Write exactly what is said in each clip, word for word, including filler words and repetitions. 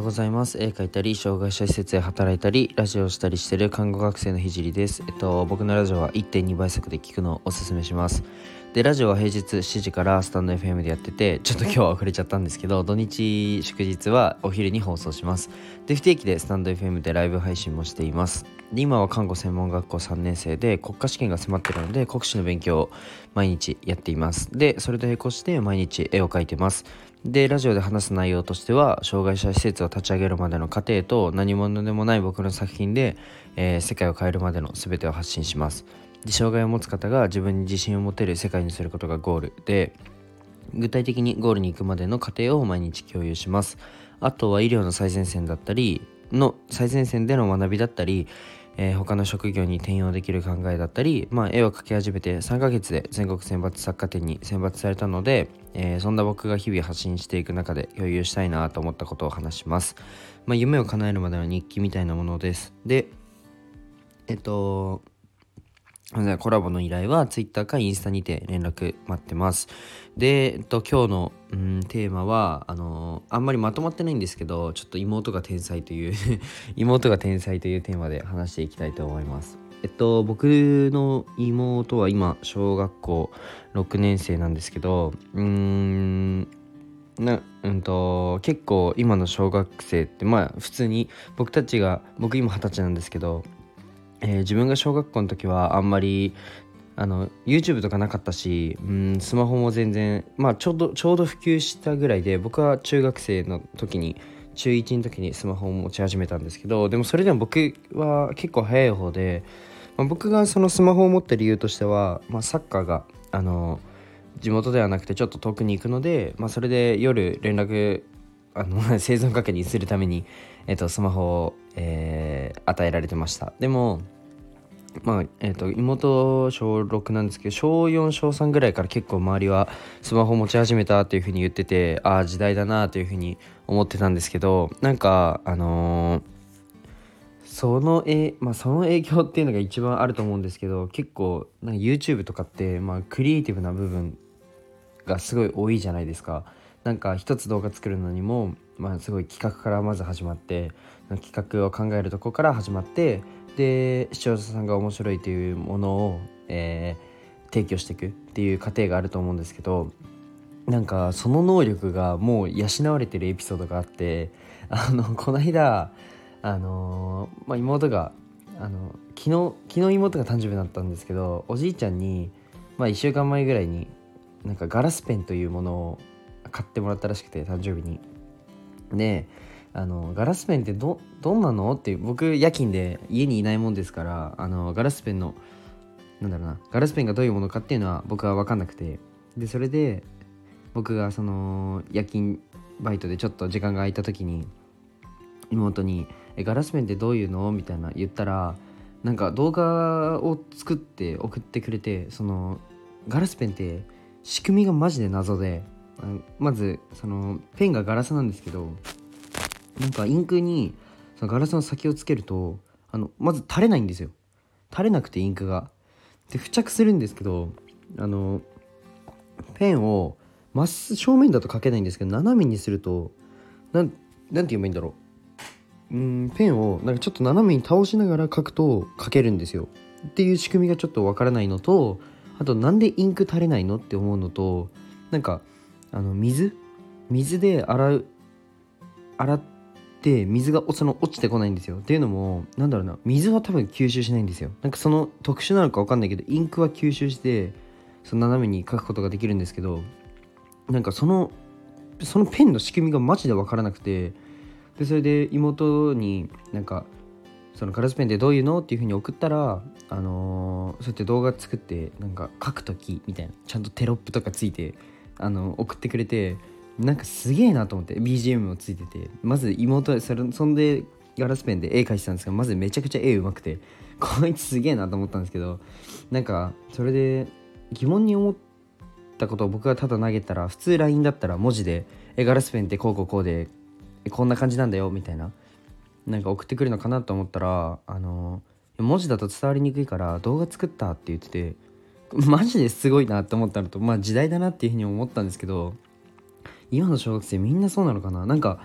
ございます。絵描いたり、障害者施設で働いたり、ラジオをしたりしている看護学生のひじりです。えっと、僕のラジオは いってんに 倍速で聞くのをおすすめします。で、ラジオは平日しちじからスタンド エフエム でやってて、ちょっと今日は遅れちゃったんですけど、土日祝日はお昼に放送します。で、不定期でスタンド エフエム でライブ配信もしています。で、今は看護専門学校さんねん生で国家試験が迫っているので、国試の勉強を毎日やっています。で、それと並行して毎日絵を描いてます。で、ラジオで話す内容としては、障害者施設を立ち上げるまでの過程と、何者でもない僕の作品で、えー世界を変えるまでの全てを発信します。で、障害を持つ方が自分に自信を持てる世界にすることがゴールで、具体的にゴールに行くまでの過程を毎日共有します。あとは医療の最前線だったりの最前線での学びだったり、えー他の職業に転用できる考えだったり、まあ、絵を描き始めてさんかげつで全国選抜作家展に選抜されたので、えーそんな僕が日々発信していく中で共有したいなと思ったことを話します。まあ、夢を叶えるまでの日記みたいなものです。で、えっとコラボの依頼は Twitter かインスタにて連絡待ってます。で、えっと、今日の、うん、テーマはあのあんまりまとまってないんですけど、ちょっと妹が天才という妹が天才というテーマで話していきたいと思います。えっと僕の妹は今小学校ろくねん生なんですけど、うーんなうんと結構今の小学生ってまあ普通に僕たちが僕今二十歳なんですけど、えー自分が小学校の時はあんまりあの YouTube とかなかったし、うん、スマホも全然まあちょうどちょうど普及したぐらいで、僕は中学生の時に中いちの時にスマホを持ち始めたんですけど、でもそれでも僕は結構早い方で、まあ、僕がそのスマホを持った理由としては、まあ、サッカーがあの地元ではなくてちょっと遠くに行くので、まあ、それで夜連絡あの生存確認するために、えっと、スマホを、えー与えられてました。でもまあえー、と妹小ろくなんですけど、小よん小さんぐらいから結構周りはスマホ持ち始めたっていう風に言ってて、ああ時代だなという風に思ってたんですけど、なんかあのーそのえ、まあ、その影響っていうのが一番あると思うんですけど、結構なんか YouTube とかって、まあ、クリエイティブな部分がすごい多いじゃないですか。なんか一つ動画作るのにも、まあ、すごい企画からまず始まって、企画を考えるところから始まって、で視聴者さんが面白いというものを、えー提供していくっていう過程があると思うんですけど、なんかその能力がもう養われてるエピソードがあって、あのこの間あのーまあ、妹があの昨日昨日妹が誕生日だったんですけど、おじいちゃんに、まあ、いっしゅうかんまえぐらいになんかガラスペンというものを買ってもらったらしくて、誕生日に。であのガラスペンってどどんなのっていう、僕夜勤で家にいないもんですから、あのガラスペンのなんだろうなガラスペンがどういうものかっていうのは僕は分かんなくて、でそれで僕がその夜勤バイトでちょっと時間が空いた時に妹にえガラスペンってどういうのみたいな言ったら、なんか動画を作って送ってくれて、そのガラスペンって仕組みがマジで謎で、あのまずそのペンがガラスなんですけど、なんかインクにそのガラスの先をつけると、あのまず垂れないんですよ。垂れなくてインクがで付着するんですけど、あのペンをまっす正面だと書けないんですけど、斜めにするとなんなんて言えばいいんだろう、うーんペンをなんかちょっと斜めに倒しながら書くと書けるんですよっていう仕組みがちょっとわからないのと、あとなんでインク垂れないのって思うのと、なんかあの水水で洗う洗って水がその落ちてこないんですよ。っていうのもなんだろうな、水は多分吸収しないんですよ。なんかその特殊なのか分かんないけど、インクは吸収してその斜めに書くことができるんですけど、なんかそのそのペンの仕組みがマジで分からなくて、でそれで妹になんかそのガラスペンってどういうのっていう風に送ったら、あのーそうやって動画作ってなんか書くときみたいなちゃんとテロップとかついてあの送ってくれて、なんかすげえなと思って、 ビージーエム もついてて、まず妹はそれそんでガラスペンで絵描いてたんですけど、まずめちゃくちゃ絵うまくて、こいつすげえなと思ったんですけど、なんかそれで疑問に思ったことを僕がただ投げたら、普通 ライン だったら文字でえガラスペンってこうこうこうでえこんな感じなんだよみたいななんか送ってくるのかなと思ったら、あの文字だと伝わりにくいから動画作ったって言ってて、マジですごいなって思ったのと、まあ時代だなっていうふうに思ったんですけど、今の小学生みんなそうなのかな。なんか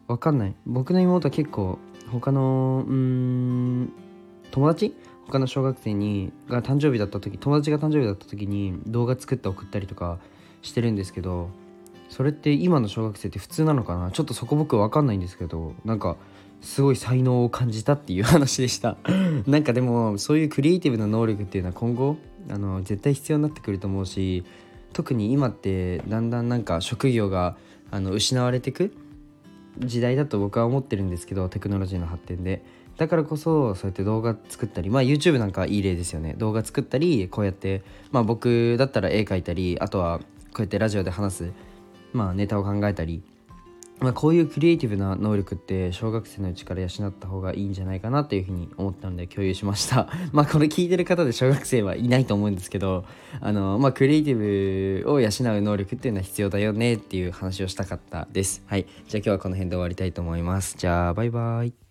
わかんない。僕の妹は結構他のうーん友達他の小学生にが誕生日だった時友達が誕生日だった時に動画作って送ったりとかしてるんですけど、それって今の小学生って普通なのかな、ちょっとそこ僕わかんないんですけど、なんかすごい才能を感じたっていう話でしたなんかでもそういうクリエイティブな能力っていうのは今後あの絶対必要になってくると思うし、特に今ってだんだんなんか職業があの失われてく時代だと僕は思ってるんですけど、テクノロジーの発展で。だからこそそうやって動画作ったり、まあ YouTube なんかいい例ですよね。動画作ったりこうやってまあ僕だったら絵描いたり、あとはこうやってラジオで話すまあネタを考えたり、まあ、こういうクリエイティブな能力って小学生のうちから養った方がいいんじゃないかなというふうに思ったので共有しましたまあこれ聞いてる方で小学生はいないと思うんですけど、あのまあクリエイティブを養う能力っていうのは必要だよねっていう話をしたかったです。はい、じゃあ今日はこの辺で終わりたいと思います。じゃあバイバイ。